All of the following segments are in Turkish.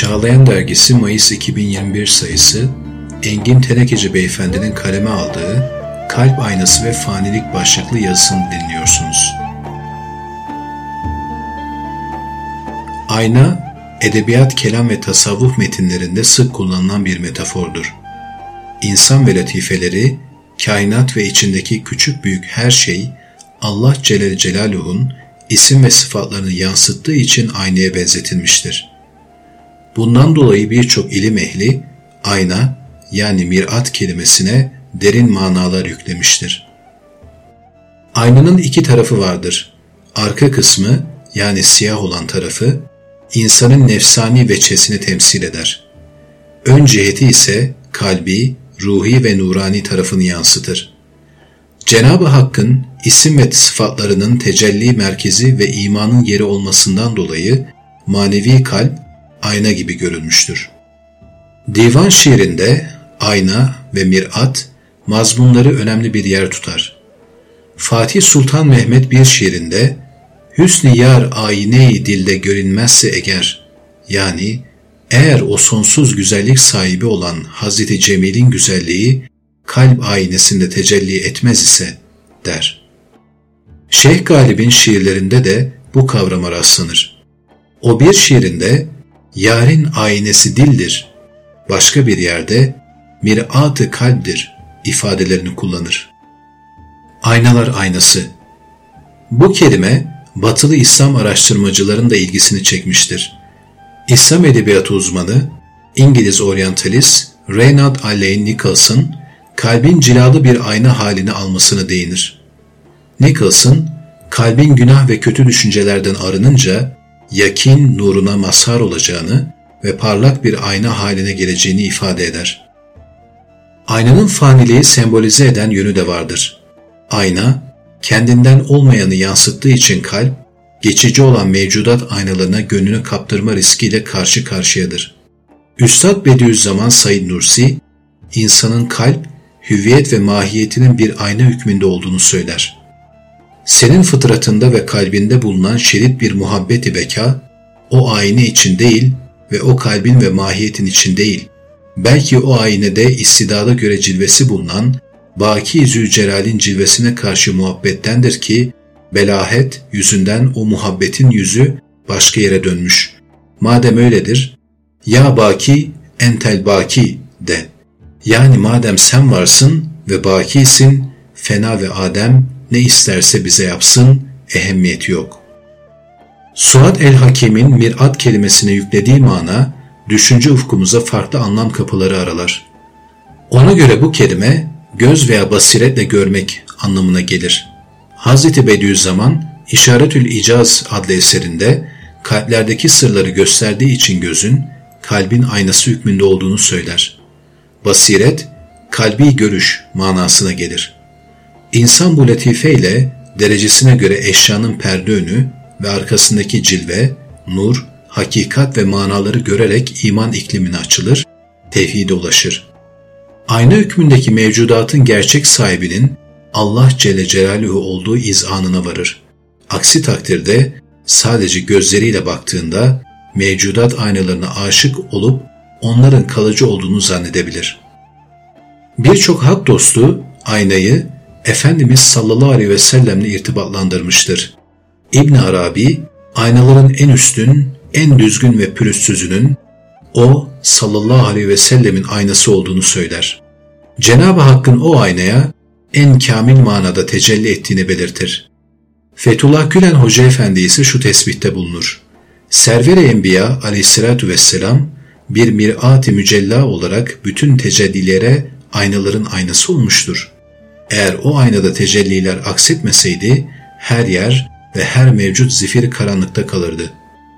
Çağlayan Dergisi Mayıs 2021 sayısı Engin Tenekeci Beyefendi'nin kaleme aldığı Kalp Aynası ve Fanilik başlıklı yazısını dinliyorsunuz. Ayna, edebiyat, kelam ve tasavvuf metinlerinde sık kullanılan bir metafordur. İnsan ve latifeleri, kainat ve içindeki küçük büyük her şey, Allah Celle Celaluhu'nun isim ve sıfatlarını yansıttığı için aynaya benzetilmiştir. Bundan dolayı birçok ilim ehli, ayna yani mirat kelimesine derin manalar yüklemiştir. Aynanın iki tarafı vardır. Arka kısmı yani siyah olan tarafı, insanın nefsani veçesini temsil eder. Ön ciheti ise kalbi, ruhi ve nurani tarafını yansıtır. Cenab-ı Hakk'ın isim ve sıfatlarının tecelli merkezi ve imanın yeri olmasından dolayı manevi kalp ayna gibi görülmüştür. Divan şiirinde ayna ve mirat mazmunları önemli bir yer tutar. Fatih Sultan Mehmet bir şiirinde "Hüsn-i yar ayne-i dilde görünmezse eğer" yani eğer o sonsuz güzellik sahibi olan Hazreti Cemil'in güzelliği kalp aynesinde tecelli etmez ise der. Şeyh Galip'in şiirlerinde de bu kavrama rastlanır. O bir şiirinde "Yarın aynesi dildir", başka bir yerde "mirat-ı kalptir" ifadelerini kullanır. Aynalar aynası. Bu kelime batılı İslam araştırmacıların da ilgisini çekmiştir. İslam edebiyatı uzmanı, İngiliz oryantalist Reinhard Allain Nicholson, kalbin cilalı bir ayna halini almasını değinir. Nicholson, kalbin günah ve kötü düşüncelerden arınınca yakin nuruna mazhar olacağını ve parlak bir ayna haline geleceğini ifade eder. Aynanın faniliği sembolize eden yönü de vardır. Ayna, kendinden olmayanı yansıttığı için kalp, geçici olan mevcudat aynalarına gönlünü kaptırma riskiyle karşı karşıyadır. Üstad Bediüzzaman Said Nursi, insanın kalp, hüviyet ve mahiyetinin bir ayna hükmünde olduğunu söyler. Senin fıtratında ve kalbinde bulunan şerit bir muhabbet-i beka, o ayna için değil ve o kalbin ve mahiyetin için değil, belki o aynede istidada göre cilvesi bulunan Baki Zülcelal'in cilvesine karşı muhabbettendir ki, belahet yüzünden o muhabbetin yüzü başka yere dönmüş. Madem öyledir, ya baki entel baki de. Yani madem sen varsın ve bakisin, fena ve Adem ne isterse bize yapsın, ehemmiyeti yok. Suad el-Hakim'in mirat kelimesine yüklediği mana, düşünce ufkumuza farklı anlam kapıları aralar. Ona göre bu kelime, göz veya basiretle görmek anlamına gelir. Hazreti Bediüzzaman, İşaretül İcaz adlı eserinde, kalplerdeki sırları gösterdiği için gözün, kalbin aynası hükmünde olduğunu söyler. Basiret, kalbi görüş manasına gelir. İnsan bu latifeyle derecesine göre eşyanın perde önü ve arkasındaki cilve, nur, hakikat ve manaları görerek iman iklimine açılır, tevhide ulaşır. Ayna hükmündeki mevcudatın gerçek sahibinin Allah Celle Celaluhu olduğu izanına varır. Aksi takdirde sadece gözleriyle baktığında mevcudat aynalarına aşık olup onların kalıcı olduğunu zannedebilir. Birçok hak dostu aynayı Efendimiz sallallahu aleyhi ve sellemle irtibatlandırmıştır. İbn Arabi, aynaların en üstün, en düzgün ve pürüzsüzünün o sallallahu aleyhi ve sellemin aynası olduğunu söyler. Cenab-ı Hakk'ın o aynaya en kamil manada tecelli ettiğini belirtir. Fethullah Gülen Hoca Efendi ise şu tespitte bulunur. Server-i Enbiya aleyhissalatu vesselam bir mirat-ı mücella olarak bütün tecellilere aynaların aynası olmuştur. Eğer o aynada tecelliler aksetmeseydi her yer ve her mevcut zifiri karanlıkta kalırdı.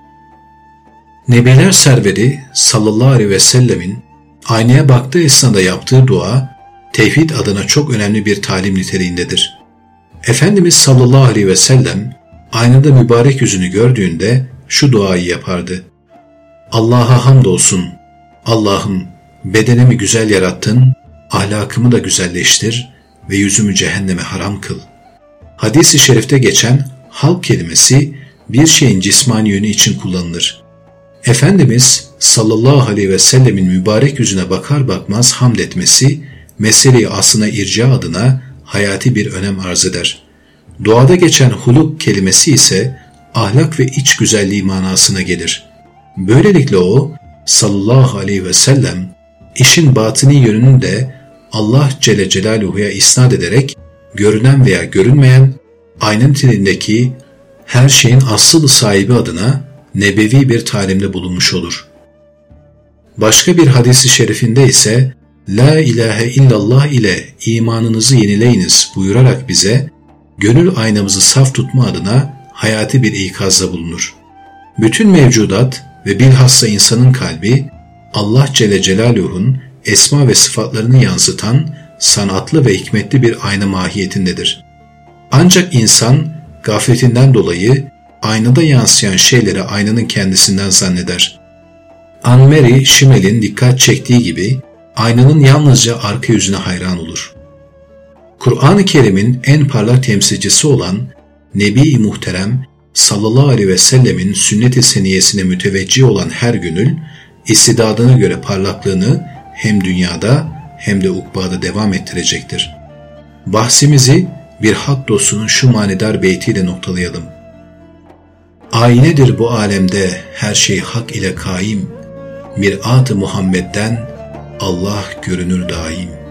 Nebiler Serveri sallallahu aleyhi ve sellemin aynaya baktığı esnada yaptığı dua, tevhid adına çok önemli bir talim niteliğindedir. Efendimiz sallallahu aleyhi ve sellem aynada mübarek yüzünü gördüğünde şu duayı yapardı. Allah'a hamdolsun, Allah'ım bedenimi güzel yarattın, ahlakımı da güzelleştir ve yüzümü cehenneme haram kıl. Hadis-i şerifte geçen halk kelimesi bir şeyin cismani yönü için kullanılır. Efendimiz sallallahu aleyhi ve sellemin mübarek yüzüne bakar bakmaz hamd etmesi, meseleyi aslına irca adına hayati bir önem arz eder. Doğada geçen huluk kelimesi ise ahlak ve iç güzelliği manasına gelir. Böylelikle o sallallahu aleyhi ve sellem işin batini yönünü de Allah Celle Celaluhu'ya isnat ederek görünen veya görünmeyen aynen niteliğindeki her şeyin asıl sahibi adına nebevi bir talimde bulunmuş olur. Başka bir hadis-i şerifinde ise La ilahe illallah ile imanınızı yenileyiniz buyurarak bize gönül aynamızı saf tutma adına hayati bir ikazda bulunur. Bütün mevcudat ve bilhassa insanın kalbi Allah Celle Celaluhu'nun esma ve sıfatlarını yansıtan sanatlı ve hikmetli bir ayna mahiyetindedir. Ancak insan gafletinden dolayı aynada yansıyan şeyleri aynanın kendisinden zanneder. Anne-Marie Schimel'in dikkat çektiği gibi aynanın yalnızca arka yüzüne hayran olur. Kur'an-ı Kerim'in en parlak temsilcisi olan Nebi-i Muhterem sallallahu aleyhi ve sellemin sünnet-i seniyesine müteveccih olan her gönül, istidadına göre parlaklığını hem dünyada hem de ukbada devam ettirecektir. Bahsimizi bir hak dostunun şu manidar beytiyle noktalayalım. Aynedir bu alemde her şey hak ile kaim, mirat-ı Muhammed'den Allah görünür daim.